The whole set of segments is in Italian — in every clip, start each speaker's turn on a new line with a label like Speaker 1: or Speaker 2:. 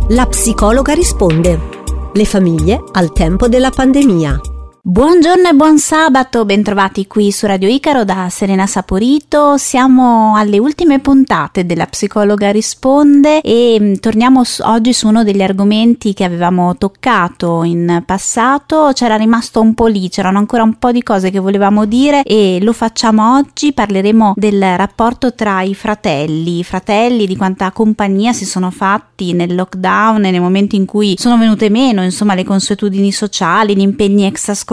Speaker 1: La psicologa risponde. Le famiglie al tempo della pandemia.
Speaker 2: Buongiorno e buon sabato, bentrovati qui su Radio Icaro da Serena Saporito. Siamo alle ultime puntate della Psicologa Risponde e torniamo oggi su uno degli argomenti che avevamo toccato in passato. C'era rimasto un po' lì, c'erano ancora un po' di cose che volevamo dire e lo facciamo oggi. Parleremo del rapporto tra i fratelli, di quanta compagnia si sono fatti nel lockdown e nei momenti in cui sono venute meno, insomma, le consuetudini sociali, gli impegni extrascolastici.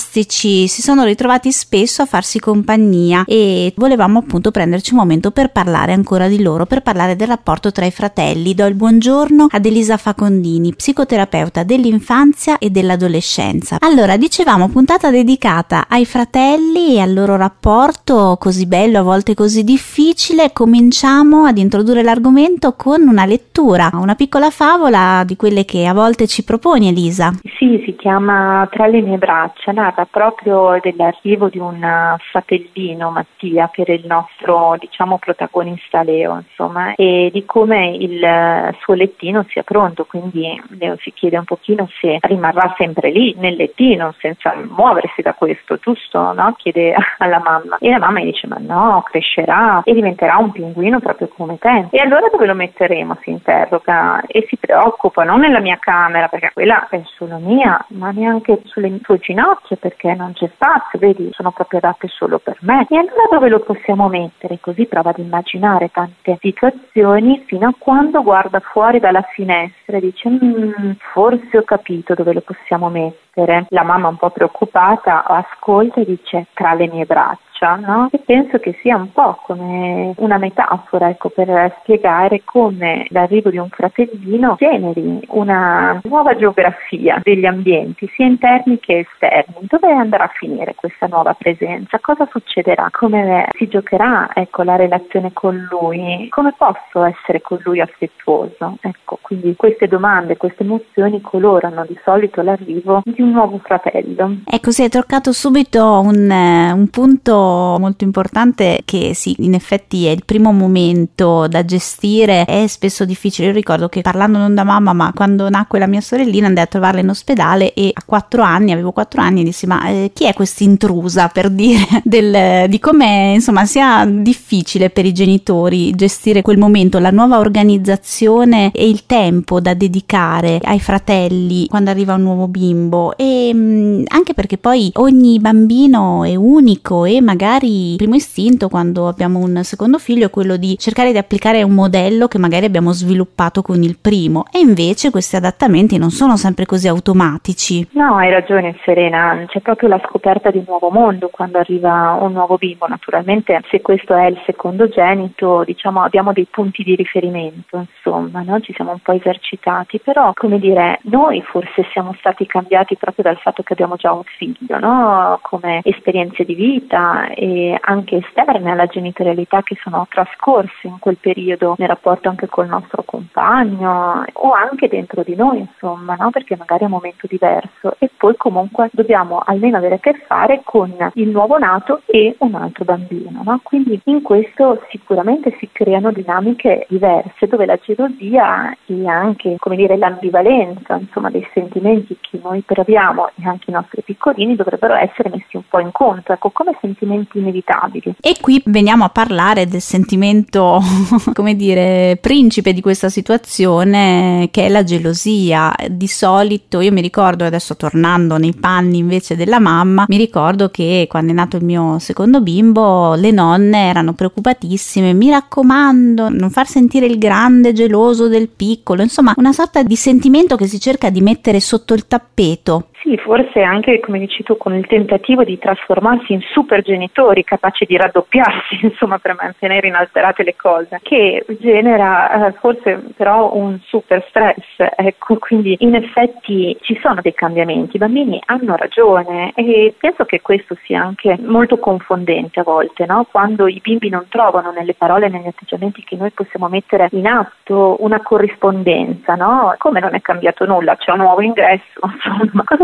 Speaker 2: Si sono ritrovati spesso a farsi compagnia e volevamo appunto prenderci un momento per parlare ancora di loro, per parlare del rapporto tra i fratelli. Do il buongiorno ad Elisa Facondini, psicoterapeuta dell'infanzia e dell'adolescenza. Allora, dicevamo, puntata dedicata ai fratelli e al loro rapporto così bello, a volte così difficile. Cominciamo ad introdurre l'argomento con una lettura, una piccola favola di quelle che a volte ci proponi, Elisa.
Speaker 3: Sì, si chiama Tra le mie braccia, narra proprio dell'arrivo di un fratellino, Mattia, per il nostro, protagonista Leo, insomma, e di come il suo lettino sia pronto. Quindi Leo si chiede un pochino se rimarrà sempre lì nel lettino senza muoversi da questo, giusto? No? Chiede alla mamma e la mamma gli dice: ma no, crescerà e diventerà un pinguino proprio come te. E allora dove lo metteremo? Si interroga e si preoccupa. Non nella mia camera, perché quella è solo mia, ma neanche sulle sue ginocchia, perché non c'è spazio, vedi, sono proprio adatte solo per me. E allora dove lo possiamo mettere? Così prova ad immaginare tante situazioni fino a quando guarda fuori dalla finestra e dice: forse ho capito dove lo possiamo mettere. La mamma, un po' preoccupata, ascolta e dice: tra le mie braccia, no? E penso che sia un po' come una metafora, ecco, per spiegare come l'arrivo di un fratellino generi una nuova geografia degli ambienti, sia interni che esterni. Dove andrà a finire questa nuova presenza? Cosa succederà? Come si giocherà, ecco, la relazione con lui? Come posso essere con lui affettuoso? Ecco, quindi queste domande, queste emozioni colorano di solito l'arrivo di un nuovo fratello.
Speaker 2: Ecco, si è toccato subito un punto molto importante, che sì, in effetti è il primo momento da gestire, è spesso difficile. Io ricordo che, parlando non da mamma ma quando nacque la mia sorellina, andai a trovarla in ospedale e avevo 4 anni e dissi: ma chi è questa intrusa, per dire di come insomma sia difficile per i genitori gestire quel momento, la nuova organizzazione e il tempo da dedicare ai fratelli quando arriva un nuovo bimbo. E anche perché poi ogni bambino è unico e magari il primo istinto quando abbiamo un secondo figlio è quello di cercare di applicare un modello che magari abbiamo sviluppato con il primo, e invece questi adattamenti non sono sempre così automatici.
Speaker 3: No, hai ragione Serena, c'è proprio la scoperta di un nuovo mondo quando arriva un nuovo bimbo. Naturalmente, se questo è il secondogenito, abbiamo dei punti di riferimento, insomma, no? Ci siamo un po' esercitati, però, come dire, noi forse siamo stati cambiati proprio dal fatto che abbiamo già un figlio, no? Come esperienze di vita e anche esterne alla genitorialità che sono trascorse in quel periodo nel rapporto anche col nostro compagno o anche dentro di noi, insomma, no? Perché magari è un momento diverso e poi comunque dobbiamo almeno avere a che fare con il nuovo nato e un altro bambino, no? Quindi in questo sicuramente si creano dinamiche diverse, dove la gelosia e anche, come dire, l'ambivalenza, insomma, dei sentimenti che noi proviamo e anche i nostri piccolini dovrebbero essere messi un po' in conto, ecco, come sentimenti inevitabili.
Speaker 2: E qui veniamo a parlare del sentimento, come dire, principe di questa situazione, che è la gelosia. Di solito, io mi ricordo, adesso tornando nei panni invece della mamma, mi ricordo che quando è nato il mio secondo bimbo le nonne erano preoccupatissime: mi raccomando, non far sentire il grande geloso del piccolo, insomma una sorta di sentimento che si cerca di mettere sotto il tappeto.
Speaker 3: Sì, forse anche, come dici tu, con il tentativo di trasformarsi in super genitori capaci di raddoppiarsi, insomma, per mantenere inalterate le cose, che genera forse però un super stress, ecco. Quindi in effetti ci sono dei cambiamenti, i bambini hanno ragione e penso che questo sia anche molto confondente a volte, no? Quando i bimbi non trovano nelle parole e negli atteggiamenti che noi possiamo mettere in atto una corrispondenza, no? Come non è cambiato nulla, c'è un nuovo ingresso, insomma, cosa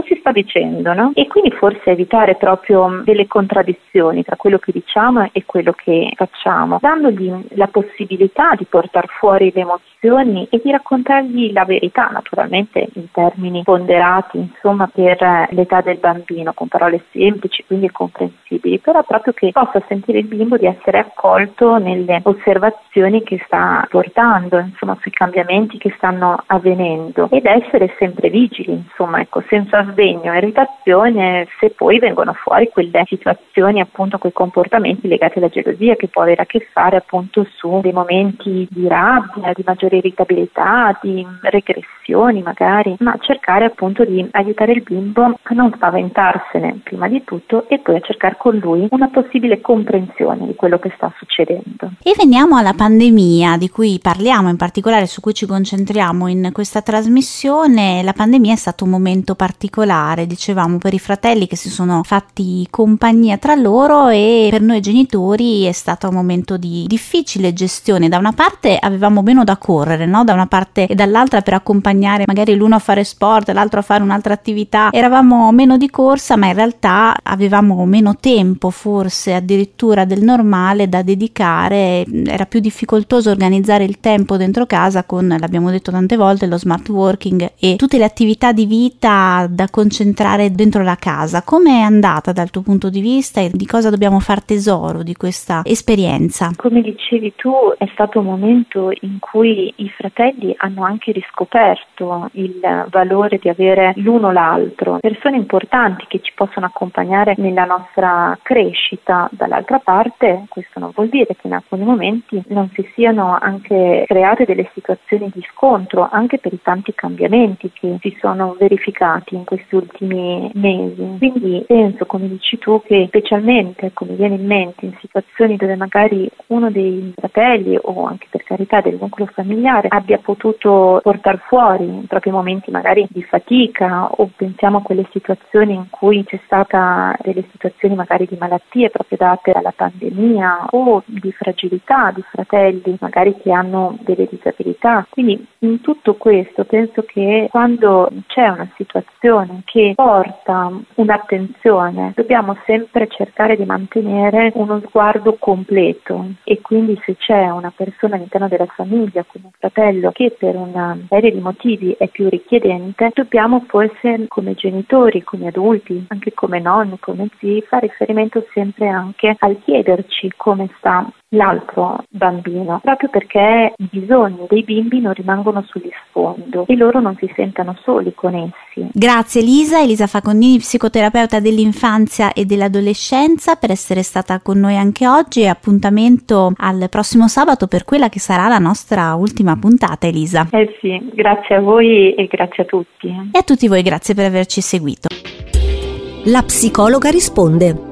Speaker 3: si sta dicendo, no? E quindi forse evitare proprio delle contraddizioni tra quello che diciamo e quello che facciamo, dandogli la possibilità di portare fuori le emozioni e di raccontargli la verità, naturalmente in termini ponderati, insomma, per l'età del bambino, con parole semplici, quindi comprensibili, però proprio che possa sentire il bimbo di essere accolto nelle osservazioni che sta portando, insomma, sui cambiamenti che stanno avvenendo, ed essere sempre vigili, insomma, ecco, senza sdegno e irritazione se poi vengono fuori quelle situazioni, appunto, quei comportamenti legati alla gelosia, che può avere a che fare appunto su dei momenti di rabbia, di maggiore irritabilità, di regressioni magari, ma cercare appunto di aiutare il bimbo a non spaventarsene prima di tutto e poi a cercare con lui una possibile comprensione di quello che sta succedendo.
Speaker 2: E veniamo alla pandemia di cui parliamo, in particolare su cui ci concentriamo in questa trasmissione. La pandemia è stato un momento particolare, dicevamo, per i fratelli che si sono fatti compagnia tra loro, e per noi genitori è stato un momento di difficile gestione. Da una parte avevamo meno da correre, no? Da una parte e dall'altra, per accompagnare magari l'uno a fare sport, l'altro a fare un'altra attività, eravamo meno di corsa, ma in realtà avevamo meno tempo, forse addirittura del normale, da dedicare. Era più difficoltoso organizzare il tempo dentro casa con, l'abbiamo detto tante volte, lo smart working e tutte le attività di vita da concentrare dentro la casa. Come è andata dal tuo punto di vista e di cosa dobbiamo far tesoro di questa esperienza?
Speaker 3: Come dicevi tu, è stato un momento in cui i fratelli hanno anche riscoperto il valore di avere l'uno l'altro, persone importanti che ci possono accompagnare nella nostra crescita. Dall'altra parte, questo non vuol dire che in alcuni momenti non si siano anche create delle situazioni di scontro, anche per i tanti cambiamenti che si sono verificati in questi ultimi mesi. Quindi penso, come dici tu, che specialmente, come viene in mente, in situazioni dove magari uno dei fratelli o anche per carità del nucleo familiare abbia potuto portare fuori i propri momenti magari di fatica, o pensiamo a quelle situazioni in cui c'è stata delle situazioni magari di malattie proprio date dalla pandemia, o di fragilità di fratelli magari che hanno delle disabilità. Quindi in tutto questo penso che quando c'è una situazione che porta un'attenzione, dobbiamo sempre cercare di mantenere uno sguardo completo, e quindi se c'è una persona all'interno della famiglia come un fratello che per una serie di motivi è più richiedente, dobbiamo forse come genitori, come adulti, anche come nonni, come zii, fare riferimento sempre anche al chiederci come sta l'altro bambino, proprio perché i bisogni dei bimbi non rimangono sugli sfondo e loro non si sentano soli con essi.
Speaker 2: Grazie Elisa Facondini, psicoterapeuta dell'infanzia e dell'adolescenza, per essere stata con noi anche oggi, e appuntamento al prossimo sabato per quella che sarà la nostra ultima puntata, Elisa.
Speaker 3: Sì, grazie a voi e grazie a tutti.
Speaker 2: E a tutti voi grazie per averci seguito.
Speaker 1: La psicologa risponde.